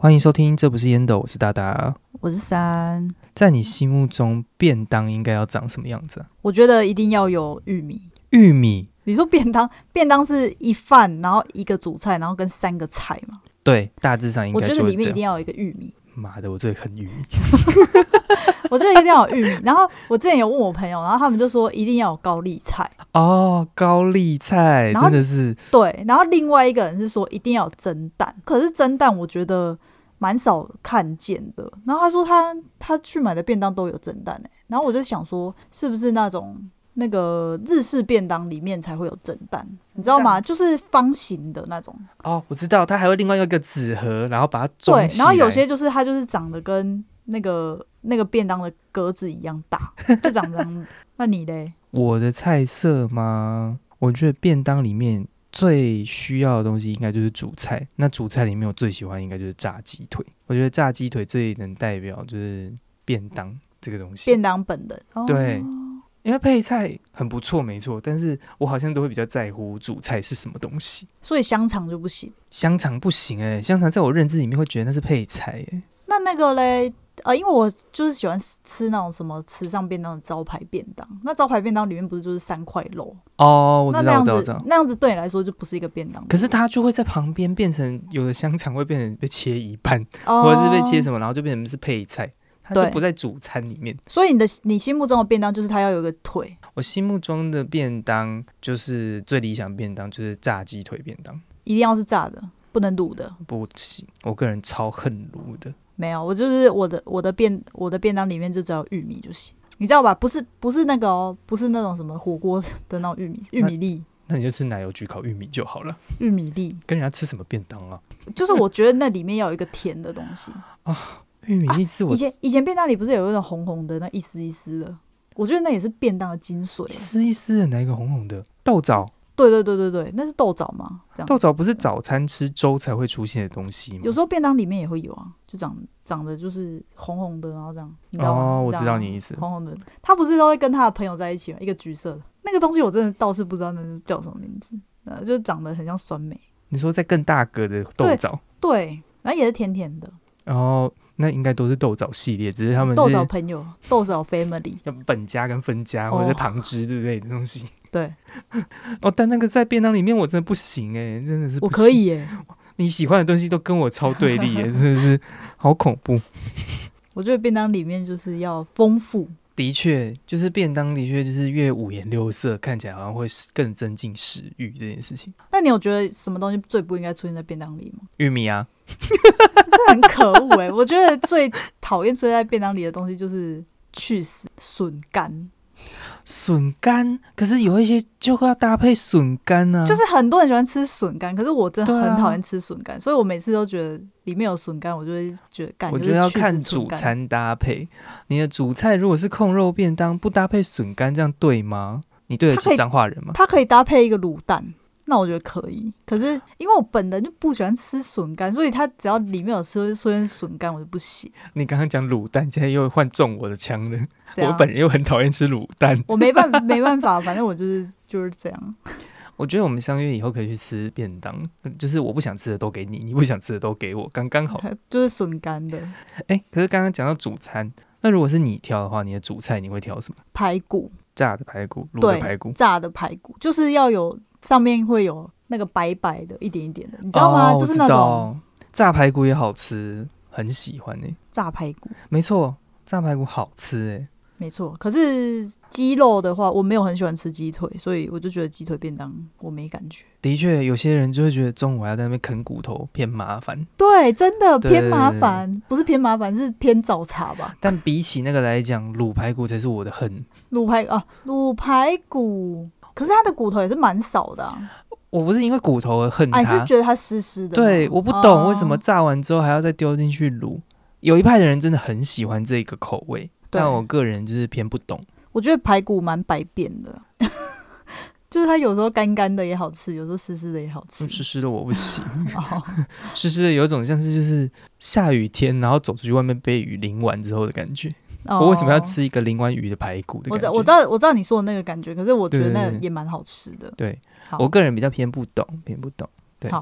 欢迎收听，这不是烟斗，我是大大， 我是3。 在你心目中，便当应该要长什么样子啊？ 我觉得一定要有玉米。 玉米？ 你说便当是一饭，然后一个主菜，然后跟3个菜嘛？ 对，大致上应该就会这样。 我觉得里面一定要有一个玉米。 妈的，我最恨玉米。 我觉得一定要有玉米。然后我之前有问我朋友，然后他们就说一定要有高丽菜。 哦，高丽菜真的是对。然后另外一个人是说一定要有蒸蛋，可是蒸蛋我觉得蛮少看见的。然后他说他去买的便当都有蒸蛋然后我就想说是不是那个日式便当里面才会有蒸蛋，你知道吗？就是方形的那种。 哦，我知道，它还会另外一个纸盒，然后把它装起来。 对，然后有些就是它就是长得跟那个便当的格子一样大，就长这样。那你嘞？ 我的菜色吗？我觉得便当里面最需要的东西应该就是主菜。那主菜里面我最喜欢应该就是炸鸡腿。我觉得炸鸡腿最能代表就是便当这个东西。 便当本人。 对。因为配菜很不错没错，但是我好像都会比较在乎主菜是什么东西。 所以香肠就不行？ 香肠不行香肠在我认知里面会觉得那是配菜那个嘞因为我就是喜欢吃那种什么池上便当的招牌便当，那招牌便当里面不是就是3块肉哦，我知道那样子对你来说就不是一个便当。 可是它就会在旁边变成有的香肠会变成被切一半或者是被切什么，然后就变成是配菜，它就不在主餐里面。 所以你心目中的便当就是它要有一个腿。 我心目中的便当就是最理想便当就是炸鸡腿便当， 一定要是炸的，不能卤的。 不行，我个人超恨卤的。 没有，我就是我的便当里面就只要有玉米就行，你知道吧？不是那个不是那种什么火锅的那种玉米粒。 那你就吃奶油焗烤玉米就好了。 玉米粒跟人家吃什么便当啊？ 就是我觉得那里面要有一个甜的东西啊。玉米粒是我以前便当里不是有一种红红的那一丝一丝的，我觉得那也是便当的精髓。 一丝一丝的哪一个红红的？豆枣。 对，那是豆枣吗？这样豆枣不是早餐吃粥才会出现的东西吗？ 有时候便当里面也会有啊，就长得就是红红的，然后这样，你知道吗？ 哦，我知道你意思。 红红的，他不是都会跟他的朋友在一起吗？一个橘色的那个东西，我真的倒是不知道那是叫什么名字，就长得很像酸梅。 你说在更大个的豆枣？ 对，然后也是甜甜的。 哦，那应该都是豆枣系列，只是他们是豆枣朋友、豆枣 family， 像本家跟分家或者是旁支之类的东西。 对。 但那个在便当里面我真的不行真的是不行。 我可以耶。 你喜欢的东西都跟我超对立真的是好恐怖。 我觉得便当里面就是要丰富。 的确，就是便当的确就是越五颜六色，看起来好像会更增进食欲这件事情。 那你有觉得什么东西最不应该出现在便当里吗？ 玉米啊。 这很可恶我觉得最讨厌出现在便当里的东西就是去死笋干。 笋干，可是有一些就会要搭配笋干啊。 就是很多人喜欢吃笋干，可是我真的很讨厌吃笋干，所以我每次都觉得里面有笋干，我就会觉得干。 我觉得要看主餐搭配。你的主菜如果是控肉便当，不搭配笋干，这样对吗？你对得起彰化人吗？ 它可以搭配一个卤蛋，那我觉得可以。可是因为我本人就不喜欢吃笋干，所以它只要里面有出现笋干，我就不行。 你刚刚讲卤蛋，现在又换中我的枪了。我本人又很讨厌吃卤蛋。 我没办法，反正我就是这样。 我觉得我们相约以后可以去吃便当，就是我不想吃的都给你，你不想吃的都给我，刚刚好。 就是笋干的。 可是刚刚讲到主餐，那如果是你挑的话，你的主菜你会挑什么？ 排骨。 炸的排骨，卤的排骨。 炸的排骨就是要有上面会有那个白白的一点一点的，你知道吗？就是那种炸排骨也好吃，很喜欢炸排骨没错，炸排骨好吃没错。可是鸡肉的话，我没有很喜欢吃鸡腿，所以我就觉得鸡腿便当我没感觉。 的确，有些人就会觉得中午还要在那边啃骨头偏麻烦。 对，真的偏麻烦，不是偏麻烦，是偏找茬吧。 但比起那个来讲，卤排骨才是我的恨。 卤排骨，可是它的骨头也是蛮少的我不是因为骨头而恨它， 你是觉得它湿湿的？ 对，我不懂为什么炸完之后还要再丢进去卤。有一派的人真的很喜欢这个口味，但我个人就是偏不懂。 我觉得排骨蛮百变的，就是它有时候干干的也好吃，有时候湿湿的也好吃。 湿湿的我不行，湿湿的有一种像是就是下雨天，然后走出去外面被雨淋完之后的感觉。我为什么要吃一个淋完雨的排骨的感觉？ 我知道你说的那个感觉，可是我觉得那也蛮好吃的。 对，我个人比较偏不懂。对， 好，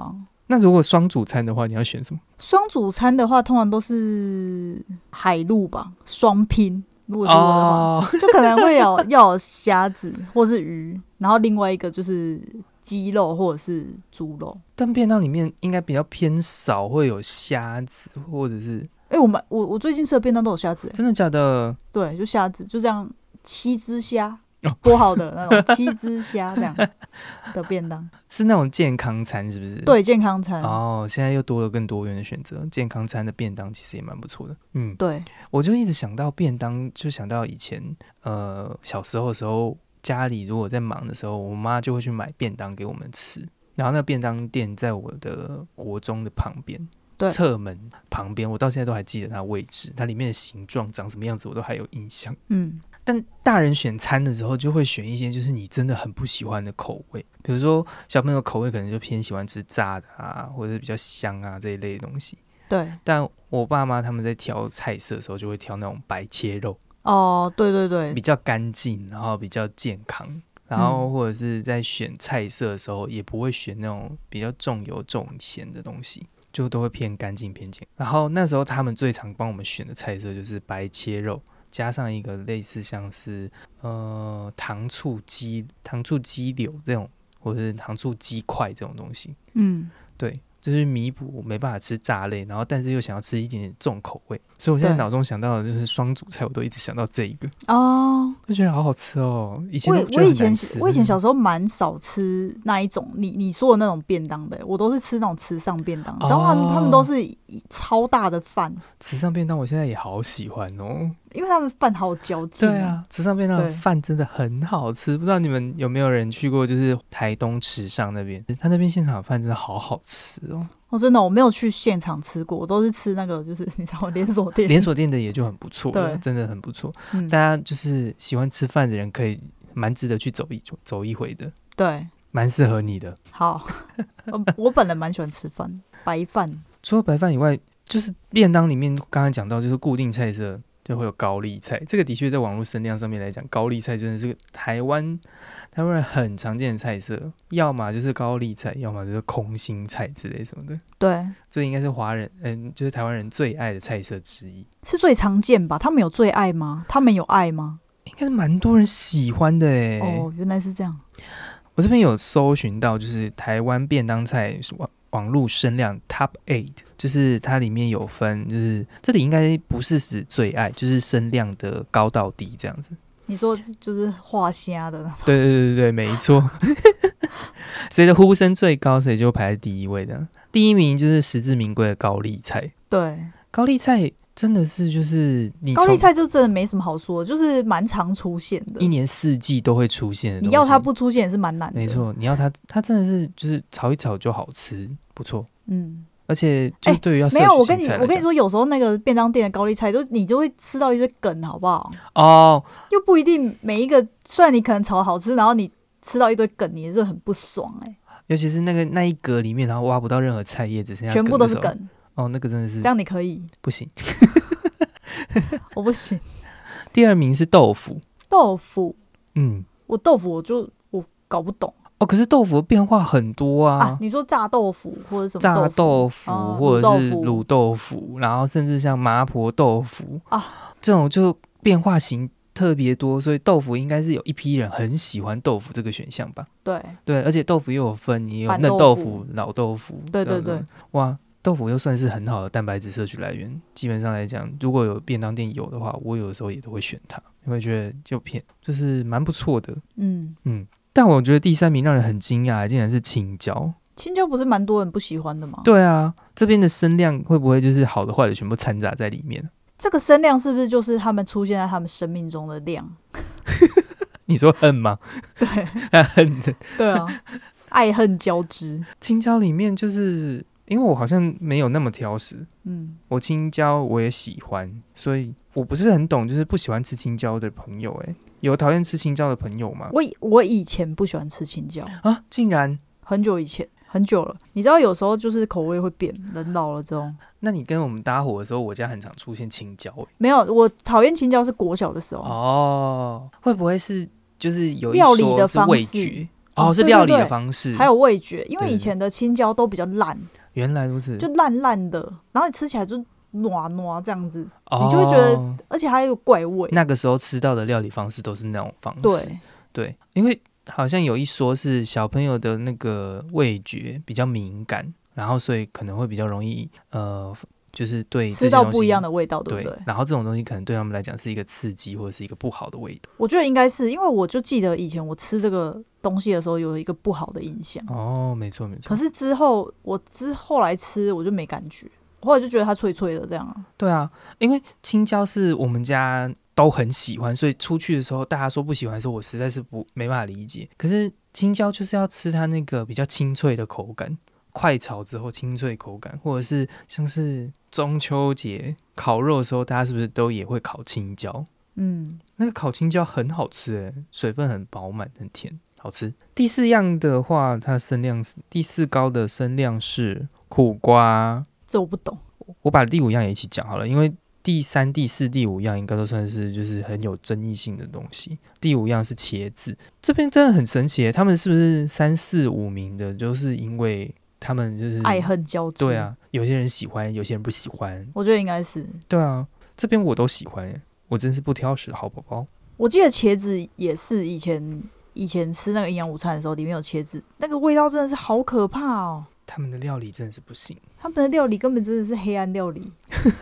那如果双主餐的话，你要选什么？ 双主餐的话，通常都是海陆吧，双拼。如果是我的话，就可能会要有虾子或是鱼，然后另外一个就是鸡肉或者是猪肉。 但便当里面应该比较偏少会有虾子，或者是我最近吃的便当都有虾子， 真的假的？ 对，就虾子，就这样7只虾剥好的那种7只虾这样的便当， 是那种健康餐是不是？ 对，健康餐。 现在又多了更多元的选择，健康餐的便当其实也蛮不错的。 对， 我就一直想到便当，就想到以前小时候的时候，家里如果在忙的时候，我妈就会去买便当给我们吃，然后那便当店在我的国中的旁边。侧门旁边，我到现在都还记得它的位置，它里面的形状长什么样子，我都还有印象。但大人选餐的时候，就会选一些就是你真的很不喜欢的口味，比如说小朋友口味可能就偏喜欢吃炸的啊，或者是比较香啊这一类的东西。 对， 但我爸妈他们在挑菜色的时候，就会挑那种白切肉。 对对对， 比较干净，然后比较健康。然后或者是在选菜色的时候，也不会选那种比较重油重咸的东西，就都会偏干净偏健康。然后那时候他们最常帮我们选的菜色就是白切肉，加上一个类似像是糖醋鸡柳这种，或者是糖醋鸡块这种东西。对，就是弥补没办法吃炸类，然后但是又想要吃一点点重口味，所以我现在脑中想到的就是双主菜，我都一直想到这一个就觉得好好吃哦。以前我以前小时候蛮少吃那一种你说的那种便当的，我都是吃那种池上便当，你知道吗？他们都是超大的饭。 池上便当我现在也好喜欢哦， 因为他们饭好嚼劲。 对啊，池上便当的饭真的很好吃，不知道你们有没有人去过，就是台东池上那边，他那边现场的饭真的好好吃哦。 真的我没有去现场吃过，我都是吃那个就是你知道连锁店的也就很不错了，真的很不错。大家就是喜欢吃饭的人，可以蛮值得去走一回的。 对， 蛮适合你的。 好，我本人蛮喜欢吃饭，白饭。 除了白饭以外，就是便当里面刚刚讲到，就是固定菜色就会有高丽菜。这个的确在网络声量上面来讲，高丽菜真的是个台湾人很常见的菜色，要么就是高丽菜，要么就是空心菜之类什么的。 对， 这应该是华人就是台湾人最爱的菜色之一， 是最常见吧？他们有最爱吗？他们有爱吗？ 应该是蛮多人喜欢的耶。 原来是这样。 我这边有搜寻到，就是台湾便当菜网络声量 Top 8， 就是它里面有分，就是这里应该不是指最爱，就是声量的高到低这样子。 你说就是画虾的那种？ 对，没错。谁的呼声最高，谁就排在第一位的。第一名就是实至名归的高丽菜。 对， 高丽菜真的是就是高丽菜就真的没什么好说，就是蛮常出现的， 一年四季都会出现的东西。 你要它不出现也是蛮难的。 没错，你要它真的是就是炒一炒就好吃，不错。而且就对于要摄取新菜来讲， 我跟你说，有时候那个便当店的高丽菜，你就会吃到一堆梗，好不好？又不一定每一个，虽然你可能炒好吃，然后你吃到一堆梗，你也是很不爽尤其是那一格里面，然后挖不到任何菜叶，只剩下全部都是梗。 那个真的是这样，你可以不行？ 我不行。 第二名是豆腐。 我豆腐我搞不懂。 可是豆腐的变化很多啊！ 你说炸豆腐或者什么炸豆腐，或者是卤豆腐，然后甚至像麻婆豆腐这种就变化型特别多，所以豆腐应该是有一批人很喜欢豆腐这个选项吧？对，而且豆腐又有分，你有嫩豆腐、老豆腐， 对， 哇，豆腐又算是很好的蛋白质摄取来源。基本上来讲，如果有便当店有的话，我有的时候也都会选它，因为觉得就是蛮不错的。但我觉得第三名让人很惊讶，竟然是青椒。 青椒不是蛮多人不喜欢的吗？ 对啊，这边的声量会不会就是好的坏的全部掺杂在里面？ 这个声量是不是就是他们出现在他们生命中的量？ 你说恨吗？ 对， 恨的。 对啊，爱恨交织。 青椒里面就是因为我好像没有那么挑食，我青椒我也喜欢，所以我不是很懂，就是不喜欢吃青椒的朋友，有讨厌吃青椒的朋友吗？ 我以前不喜欢吃青椒啊，竟然很久以前，很久了。你知道有时候就是口味会变，人老了之后。 那你跟我们搭伙的时候，我家很常出现青椒没有，我讨厌青椒是国小的时候。 会不会是就是有一料理的说是味方式觉？ 是料理的方式， 还有味觉，因为对以前的青椒都比较烂， 原来如此， 就烂烂的，然后你吃起来就糯糯这样子，你就会觉得，而且还有怪味。 那个时候吃到的料理方式都是那种方式，对，因为好像有一说是小朋友的那个味觉比较敏感，然后所以可能会比较容易就是对吃到不一样的味道，对不对？ 然后这种东西可能对他们来讲是一个刺激或者是一个不好的味道。 我觉得应该是，因为我就记得以前我吃这个东西的时候有一个不好的印象。 没错没错。 可是后来吃我就没感觉，后来就觉得它脆脆的这样啊。 对啊，因为青椒是我们家都很喜欢，所以出去的时候大家说不喜欢的时候，我实在是没办法理解。可是青椒就是要吃它那个比较清脆的口感。快炒之后清脆口感，或者是像是中秋节烤肉的时候，大家是不是都也会烤青椒？那个烤青椒很好吃耶，水分很饱满，很甜，好吃。第四样的话，它的声量是第四高的声量是苦瓜， 这我不懂。 我把第五样也一起讲好了，因为第三、第四、第五样应该都算是就是很有争议性的东西。第五样是茄子，这边真的很神奇耶，他们是不是3、4、5名的，就是因为他们就是爱恨交织。 对啊，有些人喜欢，有些人不喜欢。 我觉得应该是。 对啊，这边我都喜欢耶，我真是不挑食的好宝宝。 我记得茄子也是以前吃那个营养午餐的时候，里面有茄子，那个味道真的是好可怕哦。 他们的料理真的是不行， 他们的料理根本真的是黑暗料理。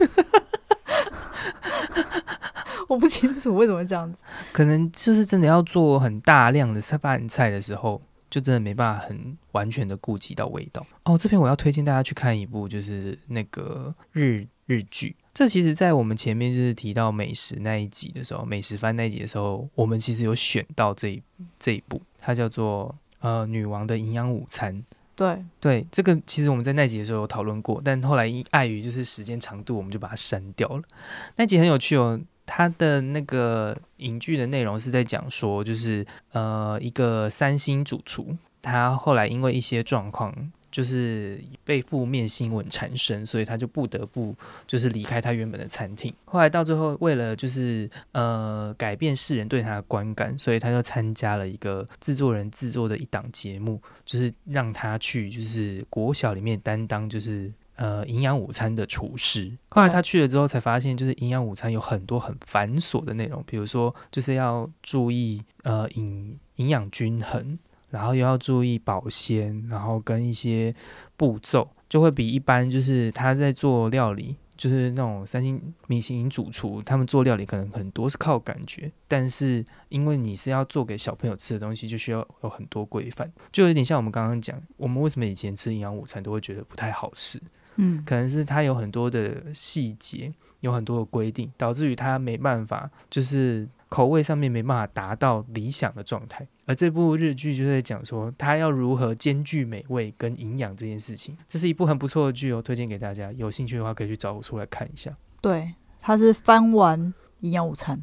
我不清楚为什么会这样子， 可能就是真的要做很大量的饭菜的时候，就真的没办法很完全的顾及到味道。这边我要推荐大家去看一部就是那个日剧。这其实在我们前面就是提到美食那一集的时候，美食番那一集的时候，我们其实有选到这一部，它叫做女王的营养午餐。对，这个其实我们在那集的时候有讨论过，但后来碍于就是时间长度，我们就把它删掉了。那集很有趣哦，它的那个影剧的内容是在讲说，就是一个3星主厨，他后来因为一些状况，就是被负面新闻缠身，所以他就不得不就是离开他原本的餐厅。后来到最后，为了就是改变世人对他的观感，所以他就参加了一个制作人制作的一档节目，就是让他去就是国小里面担当就是营养午餐的厨师。后来他去了之后才发现，就是营养午餐有很多很繁琐的内容，比如说就是要注意营养均衡，然后又要注意保鲜，然后跟一些步骤，就会比一般就是他在做料理，就是那种3星米其林主厨，他们做料理可能很多是靠感觉，但是因为你是要做给小朋友吃的东西，就需要有很多规范，就有点像我们刚刚讲，我们为什么以前吃营养午餐都会觉得不太好吃，可能是它有很多的细节，有很多的规定，导致于它没办法就是口味上面没办法达到理想的状态。而这部日剧就在讲说它要如何兼具美味跟营养这件事情，这是一部很不错的剧哦，推荐给大家，有兴趣的话可以去找出来看一下。 对，它是番丸营养午餐。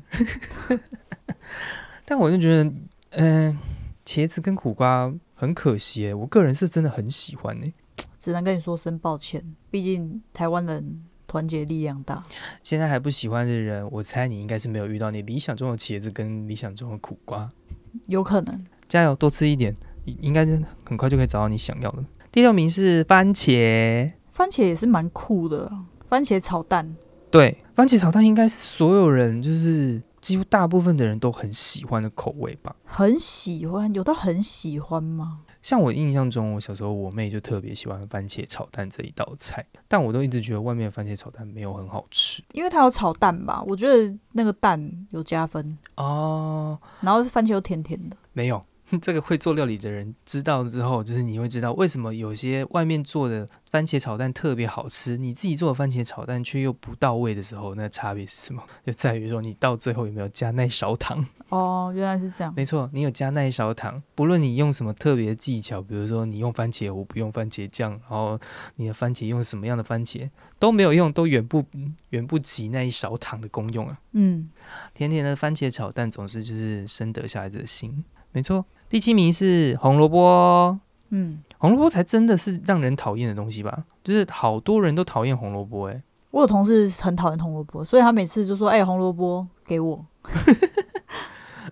但我就觉得茄子跟苦瓜很可惜耶，我个人是真的很喜欢耶， 只能跟你说声抱歉，毕竟台湾人团结力量大。 现在还不喜欢的人，我猜你应该是没有遇到你理想中的茄子跟理想中的苦瓜， 有可能。 加油，多吃一点，应该很快就可以找到你想要的。第6名是番茄， 番茄也是蛮酷的，番茄炒蛋。 对，番茄炒蛋应该是所有人就是几乎大部分的人都很喜欢的口味吧。 很喜欢？有到很喜欢吗？ 像我印象中，我小时候我妹就特别喜欢番茄炒蛋这一道菜，但我都一直觉得外面的番茄炒蛋没有很好吃， 因为它有炒蛋吧，我觉得那个蛋有加分哦。 然后番茄又甜甜的， 没有。这个会做料理的人知道之后，就是你会知道为什么有些外面做的番茄炒蛋特别好吃，你自己做的番茄炒蛋却又不到位的时候，那差别是什么？就在于说你到最后有没有加那勺糖。 哦，原来是这样。 没错，你有加那一勺糖，不论你用什么特别的技巧，比如说你用番茄，我不用番茄酱，然后你的番茄用什么样的番茄都没有用，都远不及那一勺糖的功用啊。甜甜的番茄炒蛋总是就是深得小孩子的心。没错，第7名是红萝卜。红萝卜才真的是让人讨厌的东西吧？就是好多人都讨厌红萝卜。 我有同事很讨厌红萝卜，所以他每次就说：“红萝卜给我。”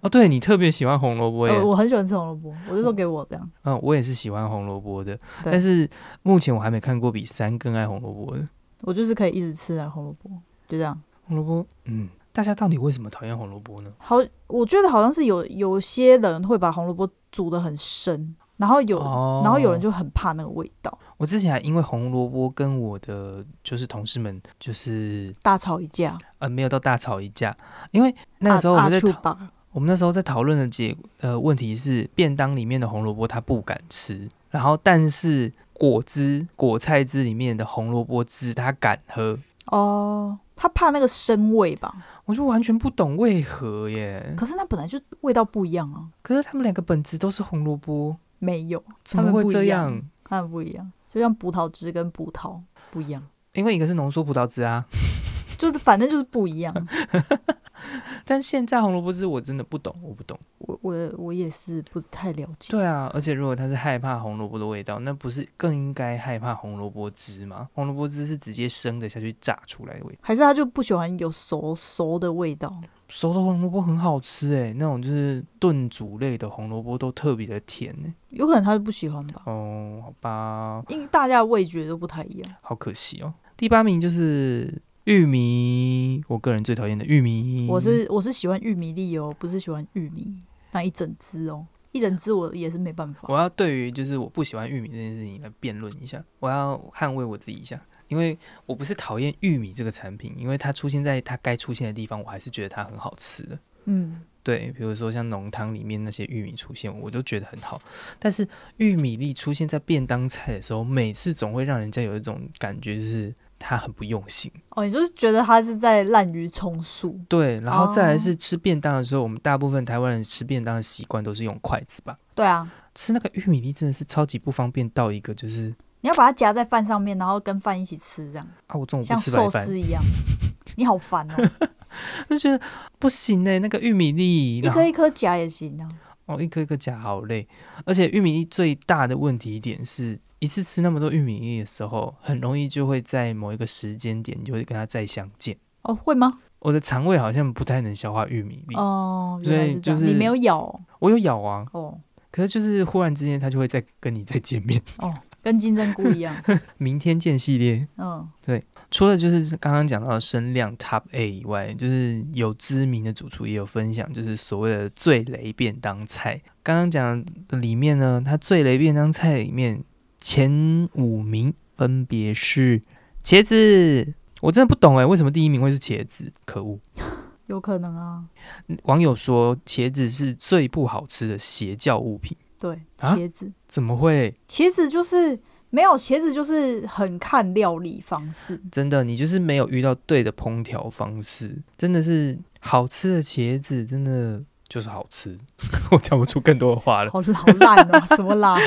哦，对你特别喜欢红萝卜耶。 我很喜欢吃红萝卜，我就说给我这样。 我也是喜欢红萝卜的， 对但是目前我还没看过比3更爱红萝卜的。 我就是可以一直吃啊，红萝卜就这样。 红萝卜，大家到底为什么讨厌红萝卜呢？ 好，我觉得好像是有些人会把红萝卜煮得很深，然后有人就很怕那个味道， 我之前还因为红萝卜跟我的就是同事们就是大吵一架。 没有到大吵一架，因为那个时候我们那时候在讨论的问题是便当里面的红萝卜他不敢吃，然后但是果菜汁里面的红萝卜汁他敢喝。 哦，他怕那个生味吧？ 我就完全不懂为何耶。 可是那本来就味道不一样啊。 可是他们两个本质都是红萝卜， 没有， 怎么会这样？ 他们不一样，就像葡萄汁跟葡萄不一样， 因为一个是浓缩葡萄汁啊， 就是反正就是不一样。 但现在红萝卜汁我真的不懂，我不懂。 我也是不太了解。 对啊，而且如果他是害怕红萝卜的味道，那不是更应该害怕红萝卜汁吗？红萝卜汁是直接生的下去炸出来的味道， 还是他就不喜欢有熟的味道？ 熟的红萝卜很好吃哎，那种就是炖煮类的红萝卜都特别的甜哎。 有可能他就不喜欢吧。 哦，好吧， 因为大家的味觉都不太一样。 好可惜哦。第8名就是玉米，我个人最讨厌的玉米。 我是喜欢玉米粒哦，不是喜欢玉米那一整只哦，一整只我也是没办法。 我要对于就是我不喜欢玉米这件事情来辩论一下，我要捍卫我自己一下，因为我不是讨厌玉米这个产品，因为它出现在它该出现的地方，我还是觉得它很好吃的。对，比如说像浓汤里面那些玉米出现，我都觉得很好。但是玉米粒出现在便当菜的时候，每次总会让人家有一种感觉，就是他很不用心。 哦，你就是觉得他是在滥竽充数。 对，然后再来是吃便当的时候，我们大部分台湾人吃便当的习惯都是用筷子吧？ 对啊， 吃那个玉米粒真的是超级不方便到一个就是你要把它夹在饭上面，然后跟饭一起吃，这样啊，我中午不像吃白饭， 寿司一样。你好烦哦。 就觉得不行那个玉米粒一颗一颗夹也行啊。 一颗一颗夹好累，而且玉米粒最大的问题点是，一次吃那么多玉米粒的时候，很容易就会在某一个时间点就会跟它再相见。 哦，会吗？ 我的肠胃好像不太能消化玉米粒哦， 所以就是你没有咬哦。 我有咬啊， 哦， 可是就是忽然之间它就会再跟你再见面。 哦，跟金针菇一样。 明天见系列，对，除了就是刚刚讲到的声量 Top A 以外，就是有知名的主厨也有分享，就是所谓的最雷便当菜。刚刚讲的里面呢，它最雷便当菜里面前5名分别是茄子，我真的不懂为什么第1名会是茄子，可恶。 有可能啊。 网友说茄子是最不好吃的邪教物品。 对，茄子怎么会？ 茄子就是没有，茄子就是很看料理方式。 真的，你就是没有遇到对的烹调方式，真的是好吃的茄子，真的就是好吃。我讲不出更多的话了， 好烂哦，什么啦？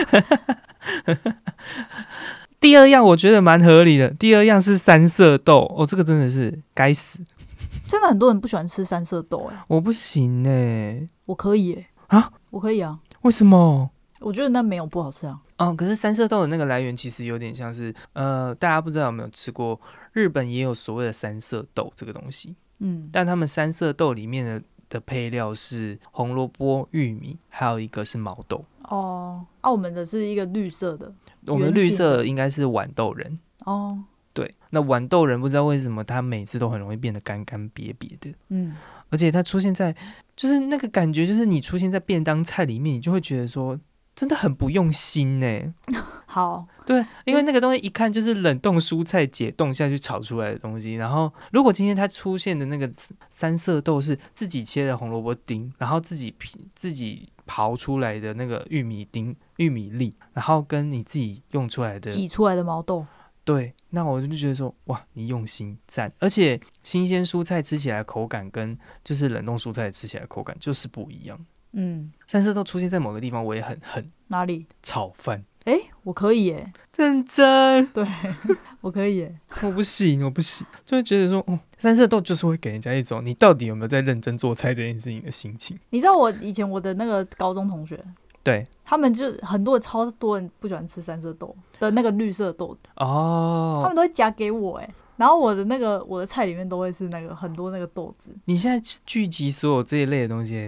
第2样我觉得蛮合理的，第2样是三色豆哦，这个真的是该死。 真的很多人不喜欢吃三色豆我不行我可以啊， 我可以啊。 为什么？ 我觉得那没有不好吃啊。 可是三色豆的那个来源其实有点像是大家不知道有没有吃过，日本也有所谓的三色豆这个东西。但他们三色豆里面的配料是红萝卜、玉米，还有一个是毛豆。 我们的是一个绿色的， 我们绿色应该是豌豆仁。对，那豌豆仁不知道为什么它每次都很容易变得干干瘪瘪的。而且它出现在就是那个感觉，就是你出现在便当菜里面，你就会觉得说真的很不用心好， 对，因为那个东西一看就是冷冻蔬菜解冻下去炒出来的东西。然后如果今天它出现的那个三色豆是自己切的红萝卜丁，然后自己刨出来的那个玉米丁、玉米粒，然后跟你自己用出来的挤出来的毛豆， 对，那我就觉得说，哇，你用心赞，而且新鲜蔬菜吃起来的口感跟就是冷冻蔬菜吃起来的口感就是不一样。三色豆出现在某个地方我也很恨， 哪里？ 炒饭。 我可以认真， 对，我可以我不行，就会觉得说，三色豆就是会给人家一种你到底有没有在认真做菜这件事情的心情。 你知道我以前我的那个高中同学， 对， 他们就超多人不喜欢吃三色豆的那个绿色豆他们都会夹给我然后我的菜里面都会是那个很多那个豆子。 你现在聚集所有这一类的东西，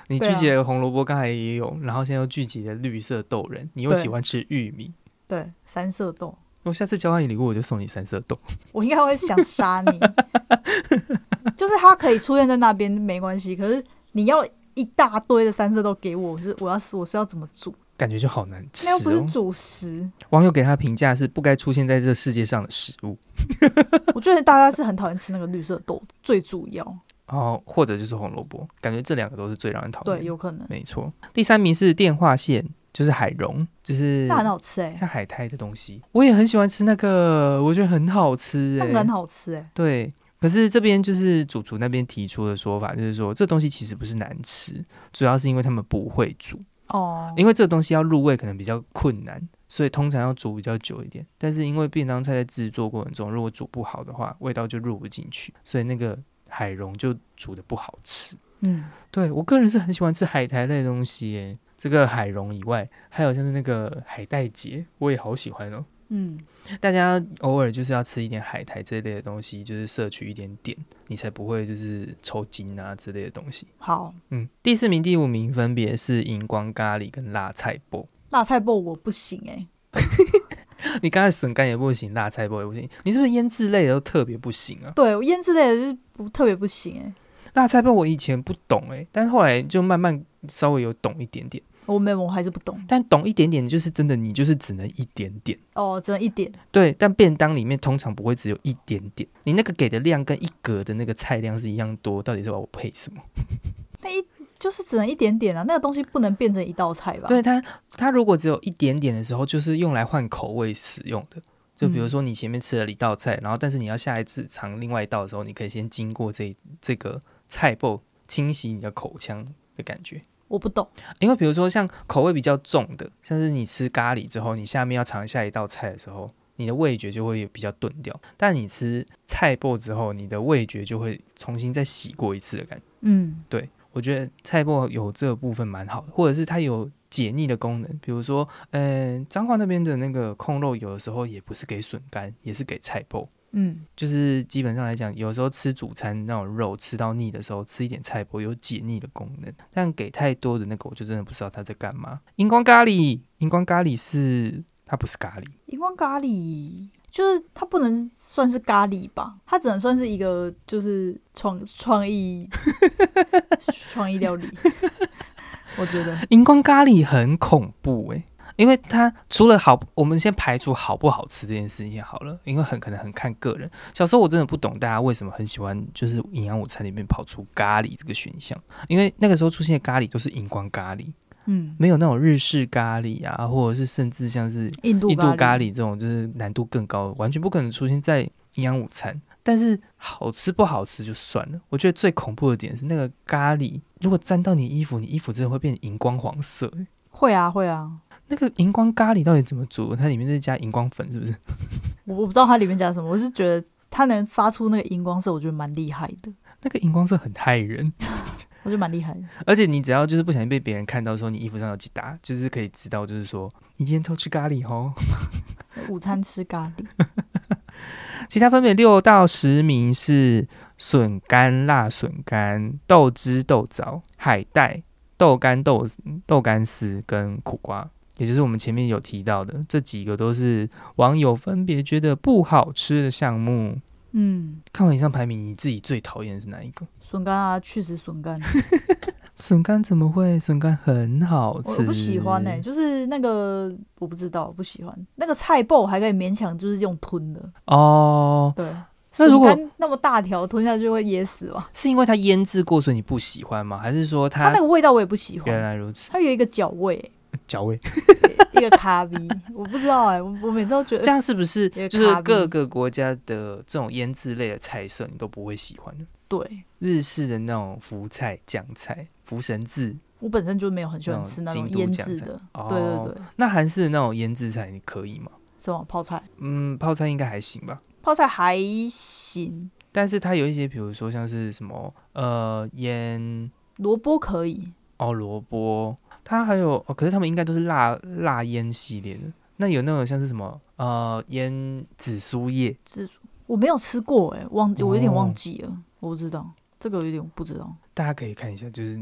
你聚集了红萝卜，刚才也有，然后现在又聚集了绿色豆仁，你又喜欢吃玉米， 对，三色豆。 我下次交换礼物我就送你三色豆。 我应该会想杀你，就是它可以出现在那边没关系，可是你要一大堆的三色豆给我，我是要怎么煮？感觉就好难吃、 那又不是主食。 网友给他评价是不该出现在这世界上的食物。 我觉得大家是很讨厌吃那个绿色豆，最主要。 或者就是红萝卜，感觉这两个都是最让人讨厌。 对，有可能。 没错。第3名是电话线。就是海茸，就是那很好吃像海苔的东西，我也很喜欢吃那个，我觉得很好吃那个很好吃对，可是这边就是主厨那边提出的说法，就是说这东西其实不是难吃，主要是因为他们不会煮因为这个东西要入味可能比较困难，所以通常要煮比较久一点。但是因为便当菜在制作过程中，如果煮不好的话，味道就入不进去，所以那个海茸就煮得不好吃。对，我个人是很喜欢吃海苔类的东西耶。这个海茸以外，还有像是那个海带结，我也好喜欢哦。大家偶尔就是要吃一点海苔这一类的东西，就是摄取一点点，你才不会就是抽筋啊之类的东西。 好， 第4名、第5名分别是荧光咖喱跟辣菜脯。 辣菜脯我不行你刚才笋干也不行，辣菜脯也不行，你是不是腌制类的都特别不行啊？ 对，我腌制类的就是特别不行辣菜脯我以前不懂但是后来就慢慢稍微有懂一点点。 我还是不懂， 但懂一点点就是真的，你就是只能一点点只能一点。 对，但便当里面通常不会只有一点点，你那个给的量跟一格的那个菜量是一样多，到底是要我配什么？ 就是只能一点点啊，那个东西不能变成一道菜吧？ 对，它如果只有一点点的时候，就是用来换口味使用的。就比如说你前面吃了一道菜，然后但是你要下一次尝另外一道的时候，你可以先经过这个菜脯清洗你的口腔的感觉。 我不懂， 因为比如说像口味比较重的，像是你吃咖喱之后，你下面要尝下一道菜的时候，你的味觉就会比较钝掉。但你吃菜脯之后，你的味觉就会重新再洗过一次的感觉。对，我觉得菜脯有这个部分蛮好的，或者是它有解腻的功能。比如说，彰化那边的那个控肉，有的时候也不是给笋干，也是给菜脯。就是基本上来讲，有时候吃主餐那种肉吃到腻的时候，吃一点菜脯有解腻的功能，但给太多的那个我就真的不知道它在干嘛。荧光咖喱是它不是咖喱， 荧光咖喱就是它不能算是咖喱吧，它只能算是一个就是创意料理。我觉得荧光咖喱很恐怖因为它除了我们先排除好不好吃这件事情好了，因为可能很看个人。小时候我真的不懂大家为什么很喜欢，就是营养午餐里面跑出咖喱这个选项，因为那个时候出现的咖喱都是荧光咖喱，没有那种日式咖喱啊，或者是甚至像是印度咖喱这种就是难度更高，完全不可能出现在营养午餐。但是好吃不好吃就算了，我觉得最恐怖的点是那个咖喱如果沾到你衣服，你衣服真的会变荧光黄色。 会啊， 那个荧光咖喱到底怎么煮？它里面是加荧光粉是不是？ 我不知道它里面加什么，我是觉得它能发出那个荧光色，我觉得蛮厉害的。 那个荧光色很害人， 我觉得蛮厉害的。 而且你只要就是不小心被别人看到说你衣服上有几打，就是可以知道，就是说你今天偷吃咖喱哦。 午餐吃咖喱。 其他分别6到10名是笋干、辣笋干、豆汁、豆枣、海带、豆干丝跟苦瓜，也就是我们前面有提到的这几个都是网友分别觉得不好吃的项目。看完以上排名，你自己最讨厌的是哪一个？ 笋干啊，去死笋干。 笋干怎么会？笋干很好吃。 我不喜欢就是那个我不知道，不喜欢那个菜脯还可以勉强就是用吞的对。那如果那么大条吞下去会噎死吧？ 是因为它腌制过所以你不喜欢吗？还是说它那个味道我也不喜欢？ 原来如此， 它有一个脚味。一个咖喱，我不知道我每次都觉得这样是不是就是各个国家的这种腌制类的菜色你都不会喜欢的？ 对， 日式的那种福菜、酱菜、福神漬， 我本身就没有很喜欢吃那种腌制的。对对对， 那韩式的那种腌制菜你可以吗？ 什么泡菜？ 泡菜应该还行吧。 泡菜还行， 但是它有一些，比如说像是什么腌萝卜可以萝卜。它还有可是他们应该都是辣腌系列的。那有那种像是什么腌紫苏叶， 我没有吃过我有点忘记了，我不知道这个有点不知道。 大家可以看一下，就是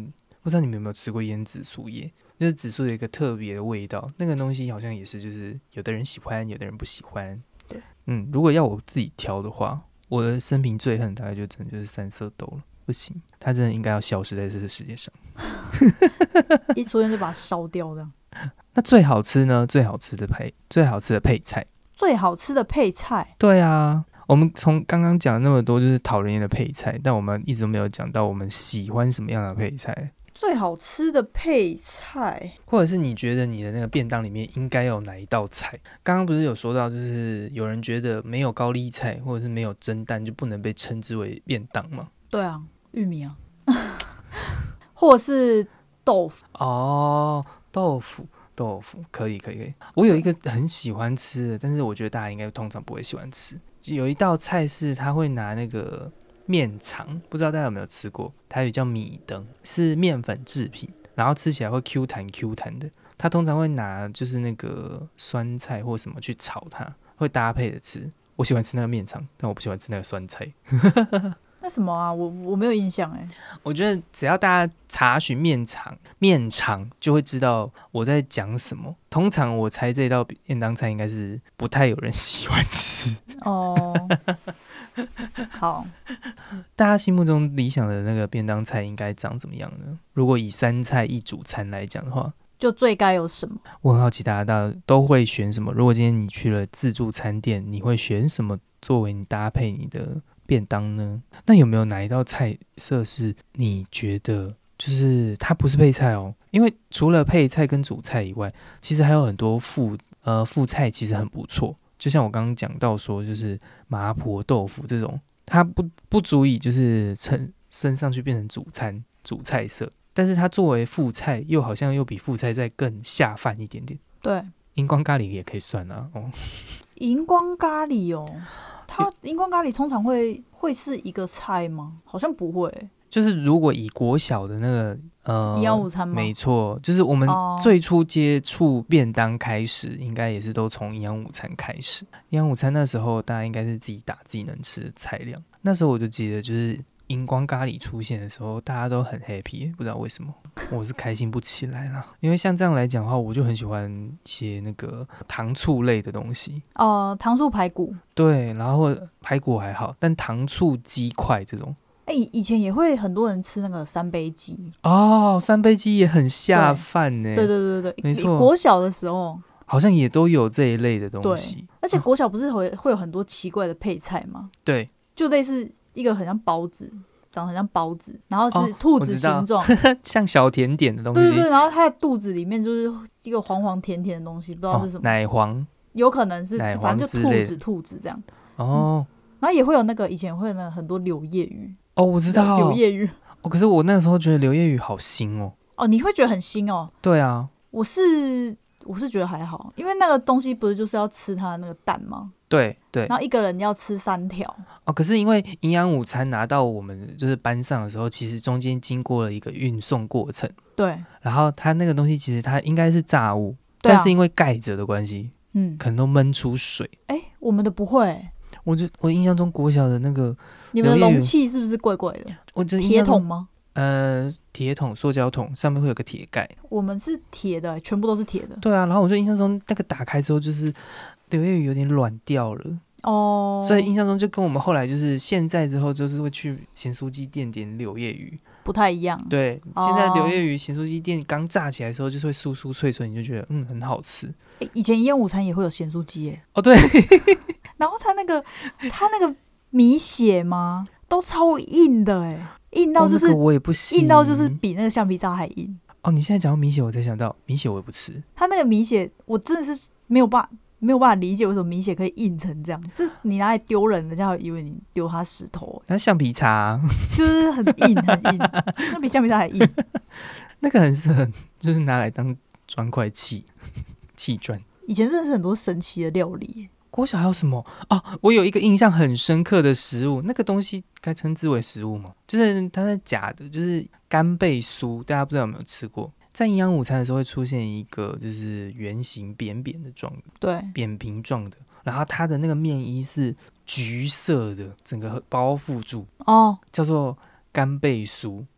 不知道你们有没有吃过腌紫苏叶？就是紫苏有一个特别的味道，那个东西好像也是，就是有的人喜欢，有的人不喜欢。 对， 如果要我自己挑的话，我的生平最恨大概就真的就是三色豆了，不行，它真的应该要消失在这个世界上。 一出现就把它烧掉这样。 那最好吃呢？最好吃的配菜。 最好吃的配菜， 对啊，我们从刚刚讲那么多就是讨人厌的配菜，但我们一直都没有讲到我们喜欢什么样的配菜。 最好吃的配菜， 或者是你觉得你的那个便当里面应该有哪一道菜？刚刚不是有说到，就是有人觉得没有高丽菜或者是没有蒸蛋就不能被称之为便当吗？ 对啊，玉米啊，或者是豆腐。 哦，豆腐可以。我有一个很喜欢吃的，但是我觉得大家应该通常不会喜欢吃。有一道菜是他会拿那个面肠，不知道大家有没有吃过？台语叫米灯，是面粉制品，然后吃起来会 Q 弹的。他通常会拿就是那个酸菜或什么去炒它，会搭配着吃。我喜欢吃那个面肠，但我不喜欢吃那个酸菜。 那什么啊？我没有印象哎。 我觉得只要大家查询面肠，就会知道我在讲什么。通常我猜这道便当菜应该是不太有人喜欢吃。 哦，好， 大家心目中理想的那个便当菜应该长怎么样呢？如果以3菜1主餐来讲的话， 就最该有什么？ 我很好奇大家都会选什么。如果今天你去了自助餐店，你会选什么作为你搭配你的便当呢？那有没有哪一道菜色是你觉得就是它不是配菜哦？因为除了配菜跟主菜以外，其实还有很多副菜其实很不错。就像我刚刚讲到说，就是麻婆豆腐这种，它不足以就是升上去变成主菜色，但是它作为副菜又好像又比副菜再更下饭一点点。 对， 荧光咖喱也可以算啊。 荧光咖喱哦，它荧光咖喱通常会是一个菜吗？好像不会。 就是如果以国小的那个营养午餐吗？ 没错，就是我们最初接触便当开始，应该也是都从营养午餐开始。营养午餐那时候大家应该是自己打自己能吃的菜量。那时候我就记得，就是荧光咖喱出现的时候，大家都很 happy， 不知道为什么，我是开心不起来啦。因为像这样来讲的话，我就很喜欢一些那个糖醋类的东西。 糖醋排骨。 对，然后排骨还好，但糖醋鸡块这种。 以前也会很多人吃那个三杯鸡哦，三杯鸡也很下饭呢。 对， 没错。 国小的时候好像也都有这一类的东西。 对，而且国小不是会有很多奇怪的配菜吗？ 对， 就类似一个很像包子，长得很像包子，然后是兔子形状， 像小甜点的东西。 对，然后它的肚子里面就是一个黄黄甜甜的东西，不知道是什么。 奶黄， 有可能是，反正就兔子这样。然后也会有那个以前会有那很多柳叶鱼。 我知道柳叶鱼。 可是我那时候觉得柳叶鱼好腥哦。 你会觉得很腥哦？对啊， 我是觉得还好，因为那个东西不是就是要吃它的那个蛋吗？ 对， 然后一个人要吃3条。 可是因为营养午餐拿到我们就是班上的时候，其实中间经过了一个运送过程。 对， 然后它那个东西其实它应该是炸物，但是因为盖着的关系，可能都焖出水。 我们的不会。 我印象中国小的那个， 你们的容器是不是怪怪的？铁桶吗？ 铁桶、塑胶桶上面会有个铁盖。 我们是铁的，全部都是铁的。 对啊，然后我就印象中那个打开之后，就是柳叶鱼有点软掉了。所以印象中就跟我们后来就是现在之后就是会去咸酥鸡店点柳叶鱼不太一样。 对，现在柳叶鱼咸酥鸡店刚炸起来的时候就是会酥酥脆脆，你就觉得很好吃。 以前营养午餐也会有咸酥鸡耶。 对。 然后它那个米血吗？都超硬的哎，硬到就是、 我也不行， 硬到就是比那个橡皮擦还硬。 你现在讲到米血，我才想到米血我也不吃。 它那个米血，我真的是没有办法理解为什么米血可以硬成这样。这你拿来丢人，人家会以为你丢他石头。 那橡皮擦就是很硬，那比橡皮擦还硬。 那个很适合，就是拿来当砖块砌砖。 以前真的是很多神奇的料理。 国小还有什么我有一个印象很深刻的食物，那个东西该称之为食物吗？就是它是假的，就是干贝酥，大家不知道有没有吃过？在营养午餐的时候会出现一个就是圆形扁扁的状的， 对， 扁平状的，然后它的那个面衣是橘色的，整个包覆住叫做干贝酥。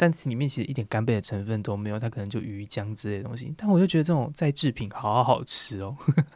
但是里面其实一点干贝的成分都没有，它可能就鱼浆之类的东西。但我就觉得这种再制品好好吃哦。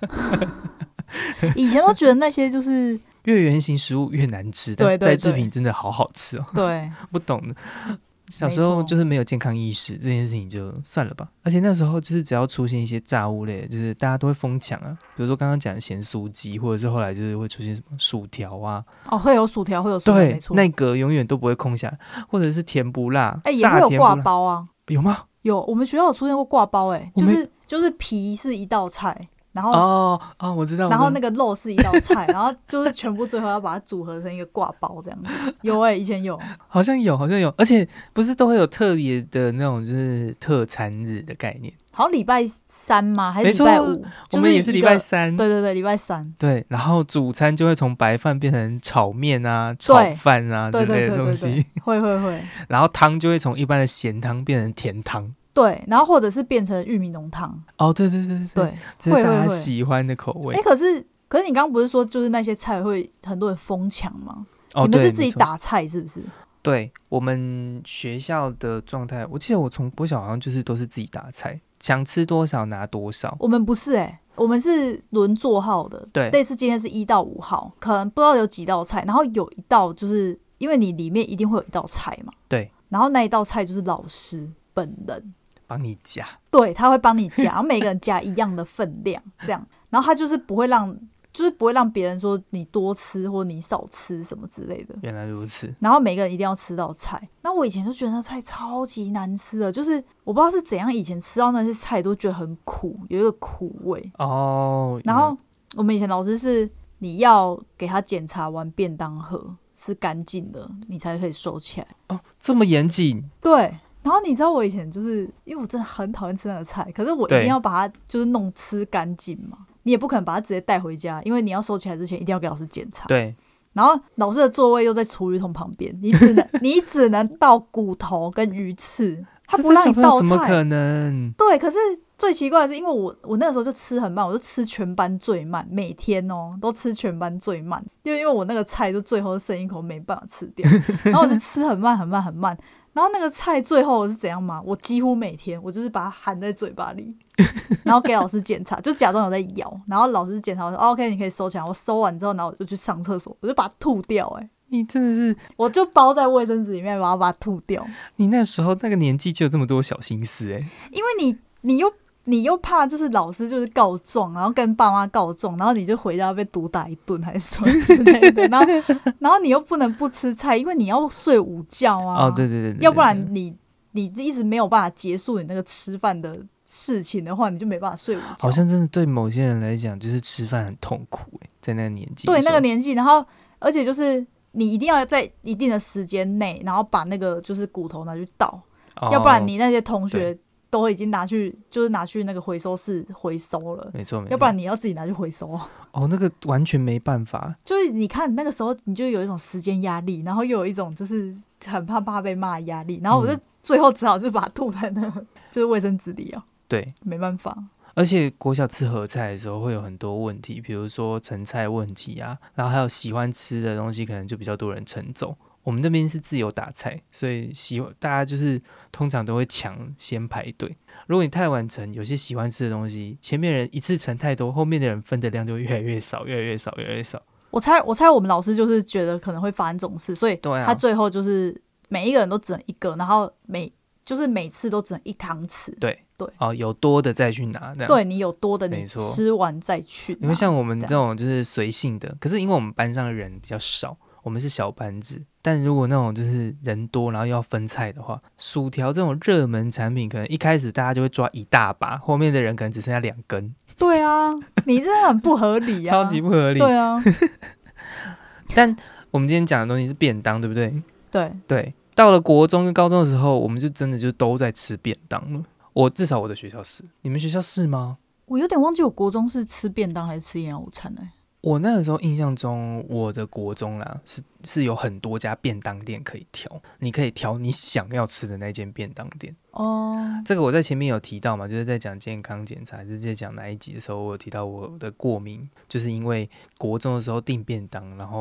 以前都觉得那些就是越原型食物越难吃，但对对再制品真的好好吃哦。 对， 不懂的，小时候就是没有健康意识，这件事情就算了吧。而且那时候就是只要出现一些炸物类，就是大家都会疯抢啊。比如说刚刚讲的咸酥鸡，或者是后来就是会出现什么薯条啊， 哦，会有薯条，会有薯条， 对没，错。 那个永远都不会空下来，或者是甜不辣， 也会有挂炸甜不辣， 包啊， 有吗？ 有，我们学校有出现过挂包， 我没就是皮是一道菜，然后我知道， 然后那个肉是一道菜，然后就是全部最后要把它组合成一个挂包这样子。有以前有， 好像有，而且不是都会有特别的那种就是特餐日的概念。 好像礼拜3吗？还是礼拜5？ 我们也是礼拜3。 对对对，礼拜3。 对，然后主餐就会从白饭变成炒面啊、炒饭啊之类的东西。 对对对对对，会。 然后汤就会从一般的咸汤变成甜汤。 对，然后或者是变成玉米浓汤。 哦，对， 对， 这是大家喜欢的口味。 可是你刚刚不是说就是那些菜会很多人疯抢吗？ 哦， 你们是自己打菜是不是？ 对，我们学校的状态，我记得我从国小好像就是都是自己打菜，想吃多少拿多少。 我们不是我们是轮座号的， 对， 类似今天是1到5号，可能不知道有几道菜，然后有一道就是因为你里面一定会有一道菜嘛， 对， 然后那一道菜就是老师本人帮你夹， 对，他会帮你夹，然后每个人夹一样的分量，这样，然后他就是不会让别人说你多吃或你少吃什么之类的。 原来如此。 然后每个人一定要吃到菜。那我以前就觉得那菜超级难吃的，就是我不知道是怎样，以前吃到那些菜都觉得很苦，有一个苦味。 哦。 然后我们以前老师是你要给他检查完便当盒是干净的，你才可以收起来。 哦，这么严谨。 对。然后你知道我以前就是因为我真的很讨厌吃那个菜，可是我一定要把它就是弄吃干净嘛。你也不可能把它直接带回家，因为你要收起来之前一定要给老师检查。 对。 然后老师的座位又在厨余桶旁边，你只能倒骨头跟鱼翅，他不让你倒菜。 怎么可能？ 对，可是最奇怪的是，因为我那个时候就吃很慢，我就吃全班最慢，每天都吃全班最慢，因为我那个菜就最后剩一口没办法吃掉，然后我就吃很慢很慢很慢。然后那个菜最后是怎样吗？我几乎每天我就是把它含在嘴巴里，然后给老师检查，就假装有在咬。然后老师检查我说、OK 你可以收起来。我收完之后，然后我就去上厕所，我就把它吐掉。 你真的是， 我就包在卫生纸里面，然后把它吐掉。 你那时候那个年纪就有这么多小心思因为你又怕就是老师就是告状，然后跟爸妈告状，然后你就回家被毒打一顿还是什么之类的，然后你又不能不吃菜，因为你要睡午觉啊。 哦，对， 要不然你一直没有办法结束你那个吃饭的事情的话，你就没办法睡午觉。 好像真的对某些人来讲，就是吃饭很痛苦在那个年纪。 对，那个年纪，然后而且就是你一定要在一定的时间内，然后把那个就是骨头拿去倒，要不然你那些同学都已经拿去那个回收室回收了， 没错， 要不然你要自己拿去回收。 哦，那个完全没办法。 就是你看那个时候，你就有一种时间压力，然后又有一种就是很怕被骂的压力，然后我就最后只好就把它吐在那个就是卫生纸里对， 没办法。 而且国小吃合菜的时候会有很多问题，比如说盛菜问题啊，然后还有喜欢吃的东西可能就比较多人盛走。我们那边是自由打菜，所以大家就是通常都会抢先排队。如果你太晚盛，有些喜欢吃的东西，前面人一次盛太多，后面的人分的量就越来越少，越来越少，越来越少。 我猜我们老师就是觉得可能会发生这种事，所以他最后就是每一个人都只能一个，然后每次都只能1汤匙。 对哦，有多的再去拿。 对，你有多的你吃完再去拿。 因为像我们这种就是随性的，可是因为我们班上的人比较少，我们是小班制，但如果那种就是人多然后要分菜的话，薯条这种热门产品可能一开始大家就会抓一大把，后面的人可能只剩下2根。 对啊，你真的很不合理啊。 超级不合理。 对啊。 但我们今天讲的东西是便当，对不对？ 对， 到了国中跟高中的时候，我们就真的就都在吃便当了。至少我的学校是，你们学校是吗？ 我有点忘记我国中是吃便当还是吃营养午餐我那个时候印象中，我的国中啦是有很多家便当店可以挑，你可以挑你想要吃的那间便当店。这个我在前面有提到嘛，就是在讲健康检查，还是在讲哪一集的时候，我有提到我的过敏，就是因为国中的时候订便当，然后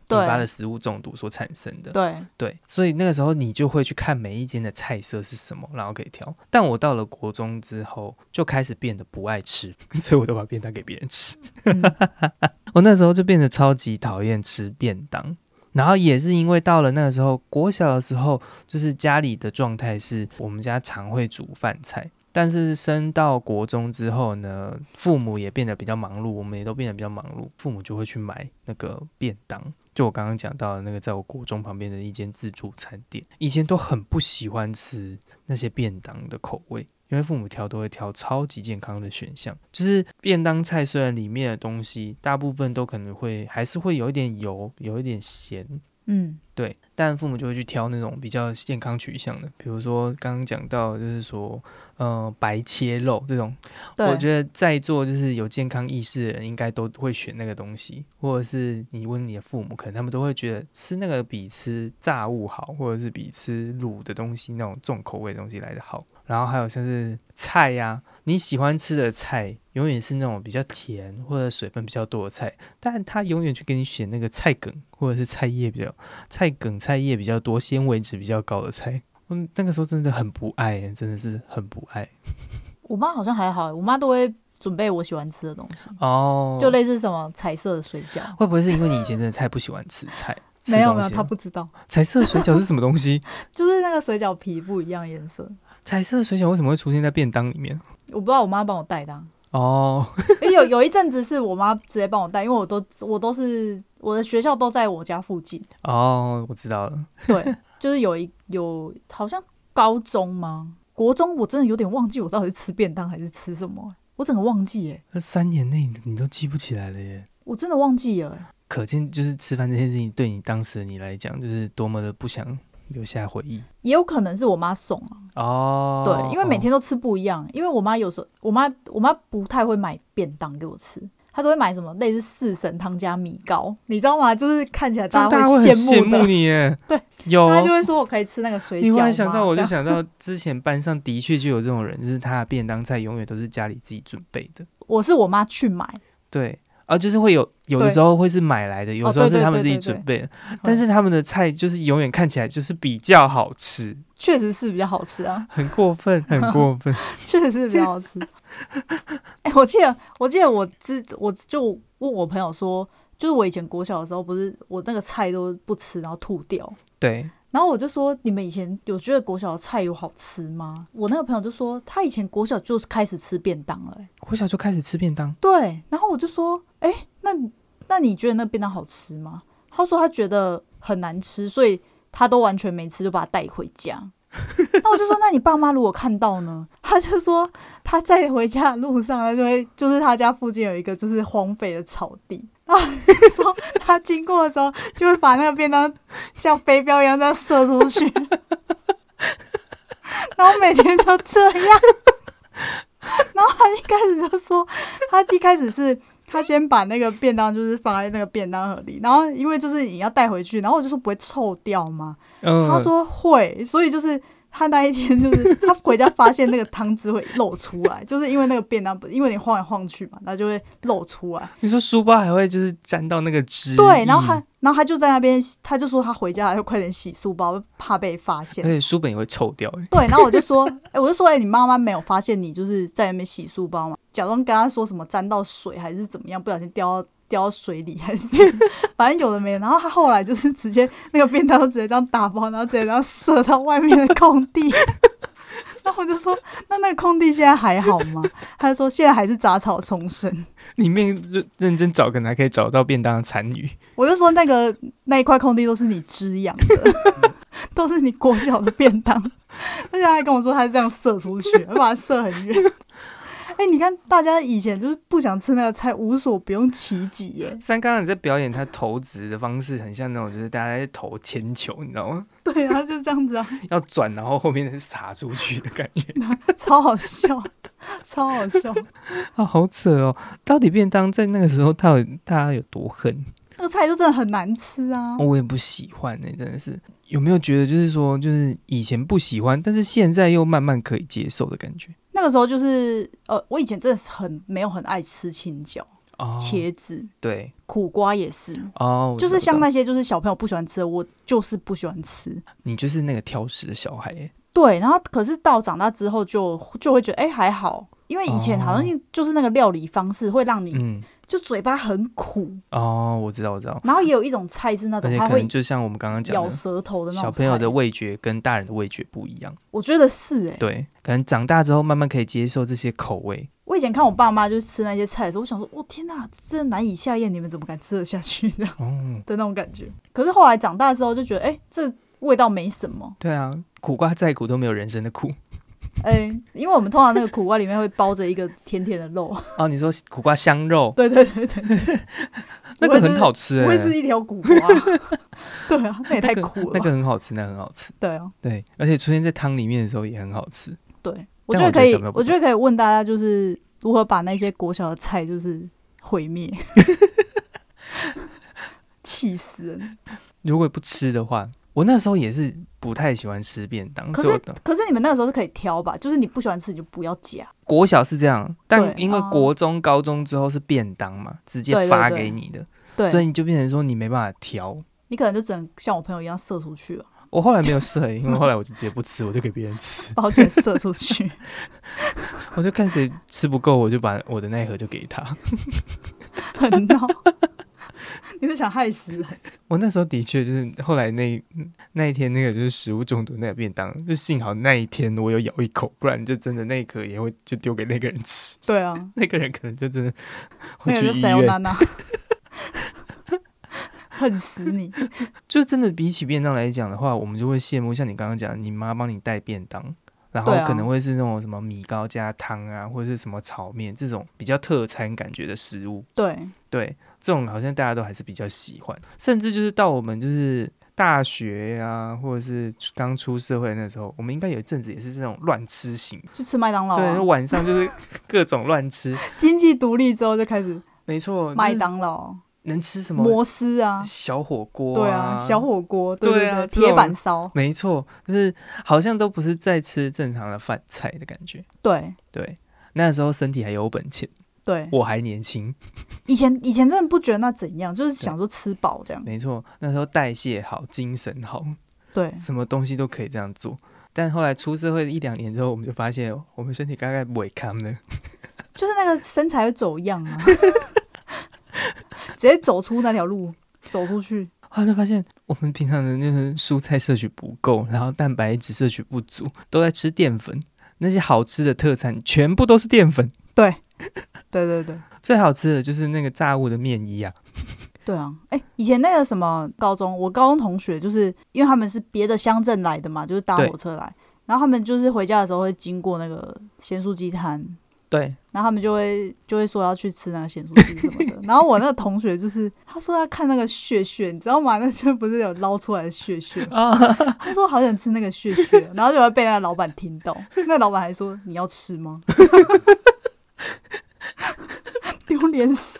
引发的食物中毒所产生的。 对， 所以那个时候你就会去看每一间的菜色是什么，然后可以挑。但我到了国中之后，就开始变得不爱吃，所以我都把便当给别人吃。我那时候就变得超级讨厌吃便当。然后也是因为到了那个时候，国小的时候，就是家里的状态是我们家常会煮饭菜，但是升到国中之后呢，父母也变得比较忙碌，我们也都变得比较忙碌，父母就会去买那个便当。就我刚刚讲到的那个，在我国中旁边的一间自助餐店，以前都很不喜欢吃那些便当的口味，因为父母挑都会挑超级健康的选项，就是便当菜虽然里面的东西大部分都可能会还是会有一点油，有一点咸，对，但父母就会去挑那种比较健康取向的，比如说刚刚讲到就是说白切肉这种，我觉得在座就是有健康意识的人应该都会选那个东西，或者是你问你的父母，可能他们都会觉得吃那个比吃炸物好，或者是比吃卤的东西那种重口味的东西来得好。然后还有像是菜呀，你喜欢吃的菜永远是那种比较甜或者水分比较多的菜，但他永远去给你选那个菜梗或者是菜梗菜叶比较多、纤维质比较高的菜。那个时候真的很不爱，真的是很不爱。 我妈好像还好，我妈都会准备我喜欢吃的东西就类似什么彩色的水饺。 会不会是因为你以前真的太不喜欢吃菜？ 没有，她不知道彩色的水饺是什么东西。 就是那个水饺皮不一样颜色。 彩色的水饺为什么会出现在便当里面？ 我不知道，我妈帮我带的。有一阵子是我妈直接帮我带，因为我都是我的学校都在我家附近。 我知道了。 对，就是有好像高中吗？国中我真的有点忘记我到底是吃便当还是吃什么，我整个忘记耶。 这3年内你都记不起来了耶。 我真的忘记了耶。 可见就是吃饭这件事情对你当时的你来讲，就是多么的不想留下回忆。 也有可能是我妈送对，因为每天都吃不一样。因为我妈有时候我妈不太会买便当给我吃，她都会买什么类似四神汤加米糕，你知道吗？就是看起来大家会羡慕你耶。 对， 有她就会说我可以吃那个水饺吗？ 你忽然想到，我就想到之前班上的确就有这种人，就是他的便当菜永远都是家里自己准备的。 我是我妈去买。 对。就是会有的时候会是买来的，有时候是他们自己准备的，但是他们的菜就是永远看起来就是比较好吃。 确实是比较好吃啊。 很过分很过分。 确实是比较好吃。我记得我就问我朋友说，就是我以前国小的时候，不是我那个菜都不吃然后吐掉。 对。 然后我就说，你们以前有觉得国小的菜有好吃吗？我那个朋友就说，他以前国小就开始吃便当了。 国小就开始吃便当？对。 然后我就说，那你觉得那便当好吃吗？他说他觉得很难吃，所以他都完全没吃，就把它带回家。那我就说，那你爸妈如果看到呢？他就说他在回家的路上，他就会就是他家附近有一个就是荒废的草地，然后说他经过的时候就会把那个便当像飞镖一样这样射出去，然后每天都这样。然后他一开始就说，他一开始是他先把那个便当就是放在那个便当盒里，然后因为就是你要带回去，然后我就说不会臭掉吗？他说会，所以就是他那一天就是他回家发现那个汤汁会漏出来，就是因为那个便当因为你晃来晃去嘛，它就会漏出来。 你说书包还会就是沾到那个汁？ 对，然后他就在那边，他就说他回家还要快点洗书包，怕被发现， 而且书本也会臭掉。 对，然后我就说，你妈妈没有发现你就是在那边洗书包吗？假装跟他说什么沾到水还是怎么样，不小心掉到水里还是反正有的没的。然后他后来就是直接那个便当都直接这样打包，然后直接这样射到外面的空地。然后我就说，那个空地现在还好吗？他就说现在还是杂草丛生，里面认真找可能还可以找到便当的残余。 我就说那一块空地都是你滋养的，都是你国小的便当。而且他还跟我说他是这样射出去，我把它射很远。你看大家以前就是不想吃那个菜，无所不用其极耶。 刚刚你在表演他投掷的方式，很像那种就是大家在投铅球，你知道吗？ 对啊，就这样子啊， 要转然后后面是撒出去的感觉。 超好笑，超好笑。 好扯哦！到底便当在那个时候大家有多恨？ 那个菜就真的很难吃啊。 我也不喜欢真的是。有没有觉得就是说，就是以前不喜欢，但是现在又慢慢可以接受的感觉？ 那个时候就是我以前真的是没有很爱吃青椒。 茄子， 对， 苦瓜也是。就是我知道像那些就是小朋友不喜欢吃的，我就是不喜欢吃。 你就是那个挑食的小孩耶。 对，然后可是到长大之后就会觉得还好，因为以前好像就是那个料理方式会让你就嘴巴很苦。 我知道。 然后也有一种菜是那种它会就像我们刚刚讲的咬舌头的那种菜， 小朋友的味觉跟大人的味觉不一样。 我觉得是对，可能长大之后慢慢可以接受这些口味。 我以前看我爸妈就是吃那些菜的时候，我想说，天哪，真的难以下咽，你们怎么敢吃得下去的那种感觉。可是后来长大之后就觉得，这味道没什么。 对啊，苦瓜再苦都没有人参的苦。 因为我们通常那个苦瓜里面会包着一个甜甜的肉。 你说苦瓜香肉？ 对， 那个很好吃不会是一条苦瓜。对啊，那也太苦了吧。 那个很好吃， 对啊， 对，而且出现在汤里面的时候也很好吃。 对，我觉得可以问大家，就是如何把那些国小的菜就是毁灭。气死人！ 如果不吃的话，我那时候也是不太喜欢吃便当。 可是你们那个时候是可以挑吧？就是你不喜欢吃你就不要夹。 国小是这样，但因为国中、高中之后是便当嘛，直接发给你的， 对， 所以你就变成说你没办法挑。 你可能就只能像我朋友一样射出去了。 我后来没有射，因为后来我就直接不吃，我就给别人吃， 把我直接射出去。 我就看谁吃不够，我就把我的那一盒就给他。 很闹。你是想害死人？ 我那时候的确就是后来那一天那个就是食物中毒那个便当，就幸好那一天我有咬一口，不然就真的那一颗也会就丢给那个人吃。 对啊， 那个人可能就真的会去医院。 那恨死你！ 就真的比起便当来讲的话，我们就会羡慕像你刚刚讲，你妈帮你带便当，然后可能会是那种什么米糕加汤啊，或者是什么炒面这种比较特餐感觉的食物。对，这种好像大家都还是比较喜欢，甚至就是到我们就是大学啊，或者是刚出社会那时候，我们应该有一阵子也是这种乱吃型， 去吃麦当劳。 对，晚上就是各种乱吃。 经济独立之后就开始， 没错， 麦当劳。 能吃什么摩斯啊， 小火锅对啊，小火锅，对，铁板烧， 没错，就是好像都不是在吃正常的饭菜的感觉。对，那时候身体还有本钱，对，我还年轻。 以前真的不觉得那怎样，就是想说吃饱这样。 没错，那时候代谢好，精神好， 对， 什么东西都可以这样做。但后来出社会1-2年之后，我们就发现我们身体大概不会扛了， 就是那个身材会走样啊。直接走出那条路，走出去， 后来就发现我们平常的就是蔬菜摄取不够，然后蛋白质摄取不足，都在吃淀粉。那些好吃的特餐全部都是淀粉。对，最好吃的就是那个炸物的面衣啊。 对啊，以前那个什么我高中同学，就是因为他们是别的乡镇来的嘛，就是搭火车来，然后他们就是回家的时候会经过那个咸酥鸡摊。对，然后他们就会说要去吃那个咸酥鸡什么的。然后我那个同学就是他说他看那个血，你知道吗？那就不是有捞出来的血。他说好想吃那个血，然后就会被那个老板听到。那个老板还说你要吃吗？丢脸死！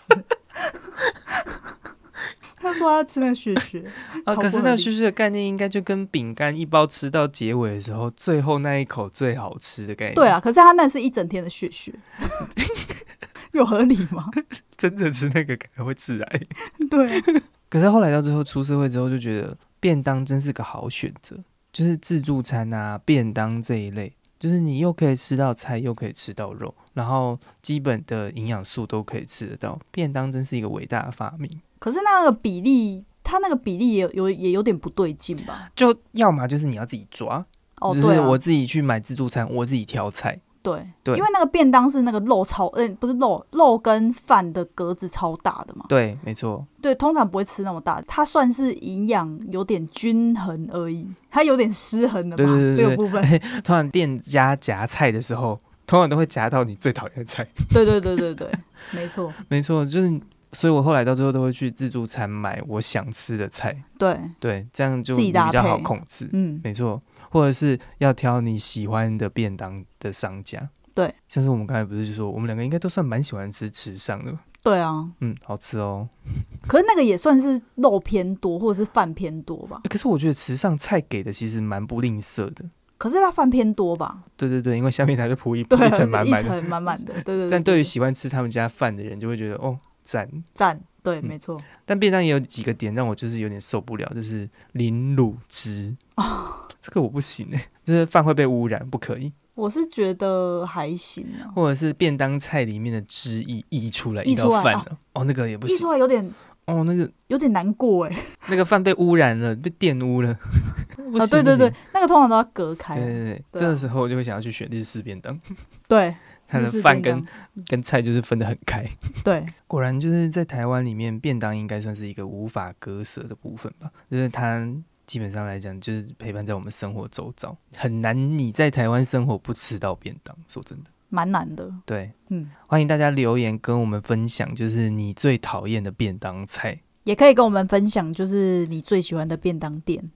他说他吃那个血可是那个血的概念应该就跟饼干一包吃到结尾的时候，最后那一口最好吃的概念。 对啊，可是他那是一整天的血，有合理吗？ 真的吃那个可能会致癌。 对啊， 可是后来到最后出社会之后，就觉得便当真是个好选择，就是自助餐啊、便当这一类，就是你又可以吃到菜，又可以吃到肉，然后基本的营养素都可以吃得到。便当真是一个伟大的发明。 可是那个比例，它那个比例也有点不对劲吧？ 就要么就是你要自己抓，就是我自己去买自助餐，我自己挑菜。对， 因为那个便当是那个肉不是肉跟饭的格子超大的嘛。 对，没错。 对，通常不会吃那么大，它算是营养有点均衡而已，它有点失衡的嘛。对，这个部分。 通常店家夹菜的时候，通常都会夹到你最讨厌的菜。 对，没错， 没错，就是。所以我后来到最后都会去自助餐买我想吃的菜。对，这样就比较好控制。没错，或者是要挑你喜欢的便当的商家。对，像是我们刚才不是就说我们两个应该都算蛮喜欢吃池上的。 对啊， 好吃哦。 可是那个也算是肉偏多或者是饭偏多吧？ 可是我觉得池上菜给的其实蛮不吝啬的。 可是它饭偏多吧？ 对，因为下面它就铺一层满满的。对。但对于喜欢吃他们家饭的人，就会觉得赞。 对，没错。 但便当也有几个点让我就是有点受不了，就是淋乳汁这个我不行就是饭会被污染，不可以。 我是觉得还行啊， 或者是便当菜里面的汁液溢出来，溢溢出来到饭了，那个也不行。 溢出来有点那个有点难过那个饭被污染了，被玷污了。 对对对，那个通常都要隔开。 对，这个时候我就会想要去选日式便当。 对， 它的饭跟菜就是分得很开。 对， 果然就是在台湾里面，便当应该算是一个无法割舍的部分吧。就是它基本上来讲，就是陪伴在我们生活周遭，很难你在台湾生活不吃到便当。说真的， 蛮难的。 对，欢迎大家留言跟我们分享，就是你最讨厌的便当菜， 也可以跟我们分享，就是你最喜欢的便当店。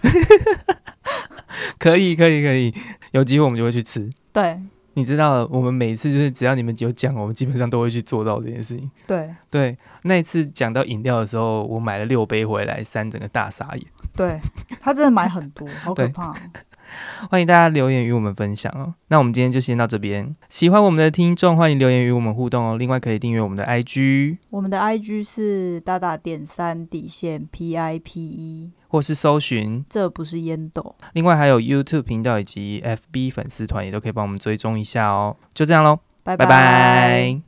可以，有机会我们就会去吃。 对。 你知道我们每次就是只要你们有讲，我们基本上都会去做到这件事情。对，那一次讲到饮料的时候，我买了6杯回来，3整个大傻眼。 对，他真的买很多，好可怕欢迎大家留言与我们分享哦。那我们今天就先到这边，喜欢我们的听众欢迎留言与我们互动哦。另外可以订阅我们的 IG， 我们的 IG 是大大.3_PIPE， 或是搜寻这不是烟斗。 另外还有 YouTube 频道以及 FB 粉丝团也都可以帮我们追踪一下哦。就这样咯，拜拜。